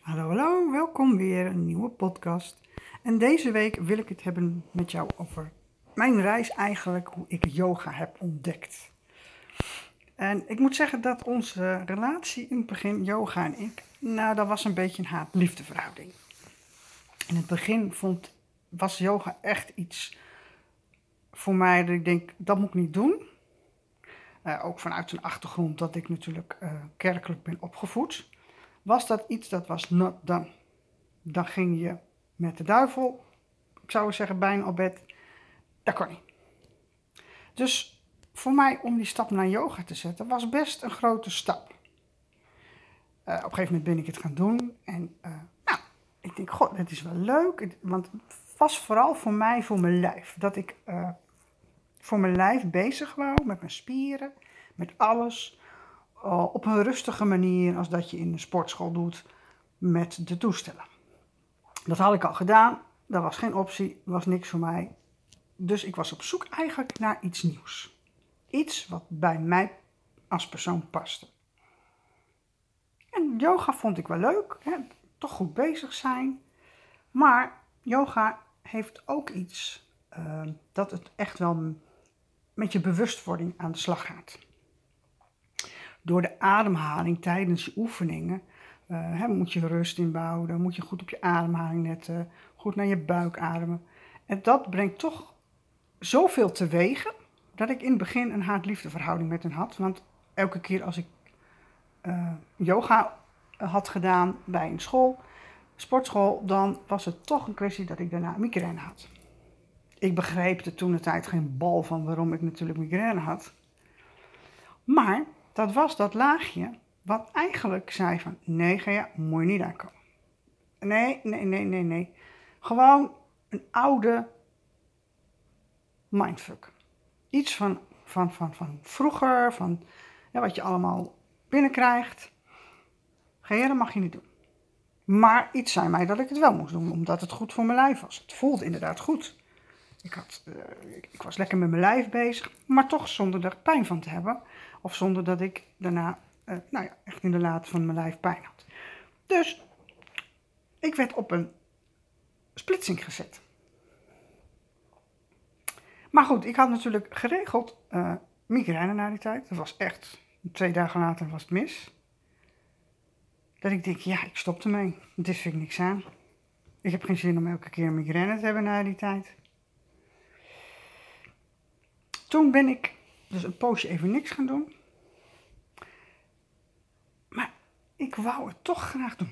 Hallo, hallo, welkom weer, een nieuwe podcast. En deze week wil ik het hebben met jou over mijn reis eigenlijk, hoe ik yoga heb ontdekt. En ik moet zeggen dat onze relatie in het begin, yoga en ik, dat was een beetje een haat-liefde verhouding. In het begin was yoga echt iets voor mij dat ik denk, dat moet ik niet doen. Ook vanuit een achtergrond dat ik natuurlijk kerkelijk ben opgevoed. Was dat iets dat was not done. Dan ging je met de duivel, ik zou zeggen bijna op bed. Dat kon niet. Dus voor mij om die stap naar yoga te zetten was best een grote stap. Op een gegeven moment ben ik het gaan doen. En ik denk, god, dit is wel leuk. Want het was vooral voor mij, voor mijn lijf. Dat ik voor mijn lijf bezig wou met mijn spieren, met alles. Op een rustige manier als dat je in de sportschool doet met de toestellen. Dat had ik al gedaan. Dat was geen optie, was niks voor mij. Dus ik was op zoek eigenlijk naar iets nieuws. Iets wat bij mij als persoon paste. En yoga vond ik wel leuk, hè? Toch goed bezig zijn. Maar yoga heeft ook iets dat het echt wel met je bewustwording aan de slag gaat. Door de ademhaling tijdens je oefeningen moet je rust inbouwen, dan moet je goed op je ademhaling letten, goed naar je buik ademen. En dat brengt toch zoveel teweeg dat ik in het begin een haat-liefde verhouding met hen had. Want elke keer als ik yoga had gedaan bij een school, sportschool, dan was het toch een kwestie dat ik daarna migraine had. Ik begreep er toen de tijd geen bal van waarom ik natuurlijk migraine had. Maar dat was dat laagje wat eigenlijk zei van, nee Gea, moet je niet aankomen. Nee. Gewoon een oude mindfuck. Iets van vroeger, van wat je allemaal binnenkrijgt. Gea, dat mag je niet doen. Maar iets zei mij dat ik het wel moest doen, omdat het goed voor mijn lijf was. Het voelde inderdaad goed. Ik was lekker met mijn lijf bezig, maar toch zonder er pijn van te hebben. Of zonder dat ik daarna echt in de laad van mijn lijf pijn had. Dus ik werd op een splitsing gezet. Maar goed, ik had natuurlijk geregeld migraine na die tijd. Dat was echt, 2 dagen later was het mis. Dat ik denk, ja, ik stop ermee. Dit vind ik niks aan. Ik heb geen zin om elke keer een migraine te hebben na die tijd. Toen ben ik dus een poosje even niks gaan doen. Maar ik wou het toch graag doen.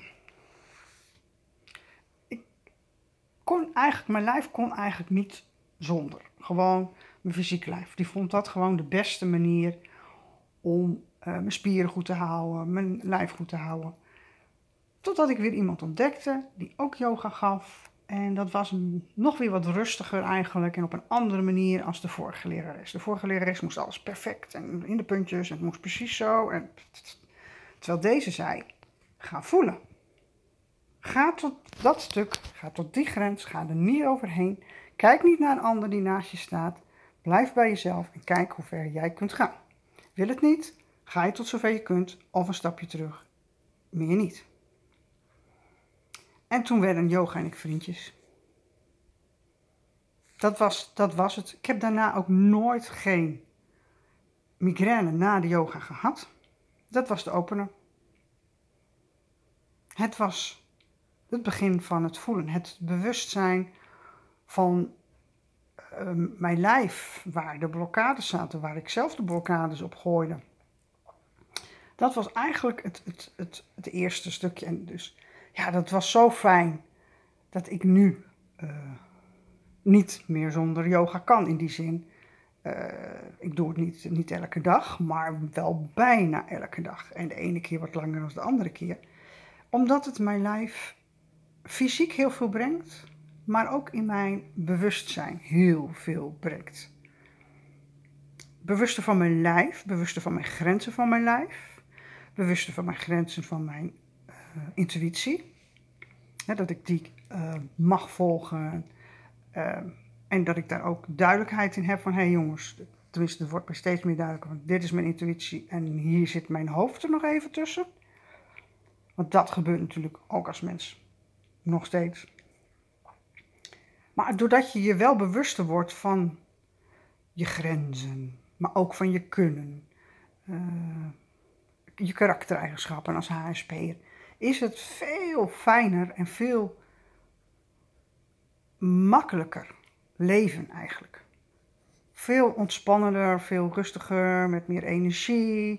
Mijn lijf kon eigenlijk niet zonder. Gewoon mijn fysiek lijf. Die vond dat gewoon de beste manier om mijn spieren goed te houden, mijn lijf goed te houden. Totdat ik weer iemand ontdekte die ook yoga gaf. En dat was nog weer wat rustiger eigenlijk en op een andere manier als de vorige lerares. De vorige lerares moest alles perfect en in de puntjes en het moest precies zo. Terwijl deze zei, ga voelen. Ga tot dat stuk, ga tot die grens, ga er niet overheen. Kijk niet naar een ander die naast je staat. Blijf bij jezelf en kijk hoe ver jij kunt gaan. Wil het niet, ga je tot zover je kunt of een stapje terug. Meer niet. En toen werden yoga en ik vriendjes. Dat was het. Ik heb daarna ook nooit geen migraine na de yoga gehad. Dat was de opener. Het was het begin van het voelen. Het bewustzijn van mijn lijf, waar de blokkades zaten, waar ik zelf de blokkades op gooide. Dat was eigenlijk het eerste stukje. En dus, ja, dat was zo fijn dat ik nu niet meer zonder yoga kan in die zin. Ik doe het niet elke dag, maar wel bijna elke dag. En de ene keer wat langer dan de andere keer. Omdat het mijn lijf fysiek heel veel brengt, maar ook in mijn bewustzijn heel veel brengt. Bewuster van mijn lijf, bewuster van mijn grenzen van mijn lijf, bewuster van mijn grenzen van mijn intuïtie. Dat ik die mag volgen en dat ik daar ook duidelijkheid in heb van, hé jongens, tenminste het wordt me steeds meer duidelijk, want dit is mijn intuïtie en hier zit mijn hoofd er nog even tussen. Want dat gebeurt natuurlijk ook als mens. Nog steeds. Maar doordat je je wel bewuster wordt van je grenzen, maar ook van je kunnen, je karaktereigenschappen als HSP'er, is het veel fijner en veel makkelijker leven eigenlijk. Veel ontspannender, veel rustiger, met meer energie.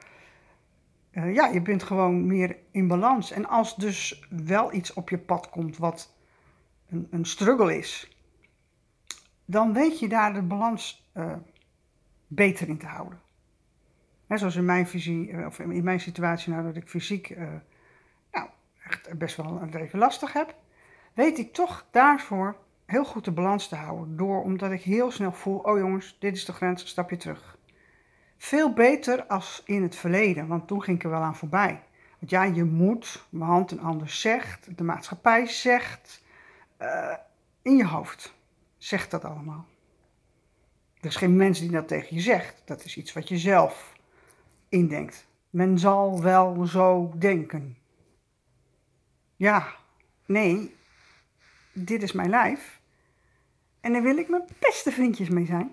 Je bent gewoon meer in balans. En als dus wel iets op je pad komt wat een struggle is, dan weet je daar de balans beter in te houden. Zoals in mijn visie, of in mijn situatie, nou dat ik fysiek echt best wel het even lastig heb, weet ik toch daarvoor heel goed de balans te houden. Omdat ik heel snel voel, oh jongens, dit is de grens, een stapje terug. Veel beter als in het verleden, want toen ging ik er wel aan voorbij. Want ja, je moet, want een ander zegt, de maatschappij zegt, in je hoofd zegt dat allemaal. Er is geen mens die dat tegen je zegt. Dat is iets wat je zelf indenkt. Men zal wel zo denken. Ja, nee, dit is mijn lijf. En daar wil ik mijn beste vriendjes mee zijn.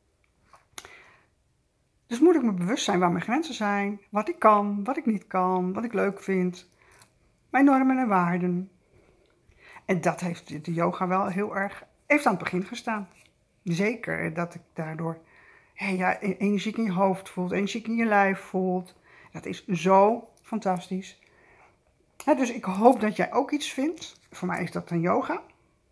Dus moet ik me bewust zijn waar mijn grenzen zijn, wat ik kan, wat ik niet kan, wat ik leuk vind, mijn normen en waarden. En dat heeft de yoga wel heel erg, heeft aan het begin gestaan. Zeker dat ik daardoor energiek in je hoofd voelt, energiek in je lijf voelt. Dat is zo fantastisch. Dus ik hoop dat jij ook iets vindt. Voor mij is dat een yoga.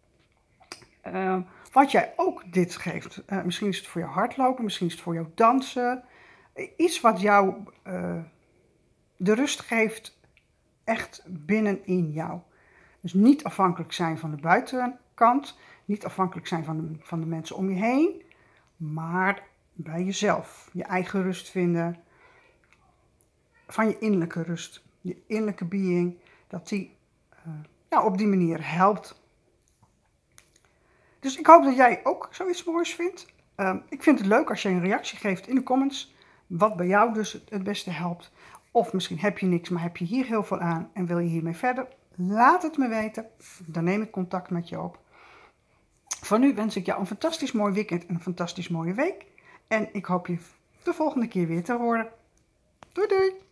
Wat jij ook dit geeft. Misschien is het voor jou hardlopen, misschien is het voor jou dansen. Iets wat jou de rust geeft echt binnenin jou. Dus niet afhankelijk zijn van de buitenkant. Niet afhankelijk zijn van de mensen om je heen. Maar bij jezelf. Je eigen rust vinden. Van je innerlijke rust. Je innerlijke being. Dat die op die manier helpt. Dus ik hoop dat jij ook zoiets moois vindt. Ik vind het leuk als je een reactie geeft in de comments. Wat bij jou dus het beste helpt. Of misschien heb je niks, maar heb je hier heel veel aan en wil je hiermee verder. Laat het me weten. Dan neem ik contact met je op. Voor nu wens ik jou een fantastisch mooi weekend en een fantastisch mooie week. En ik hoop je de volgende keer weer te horen. Doei doei!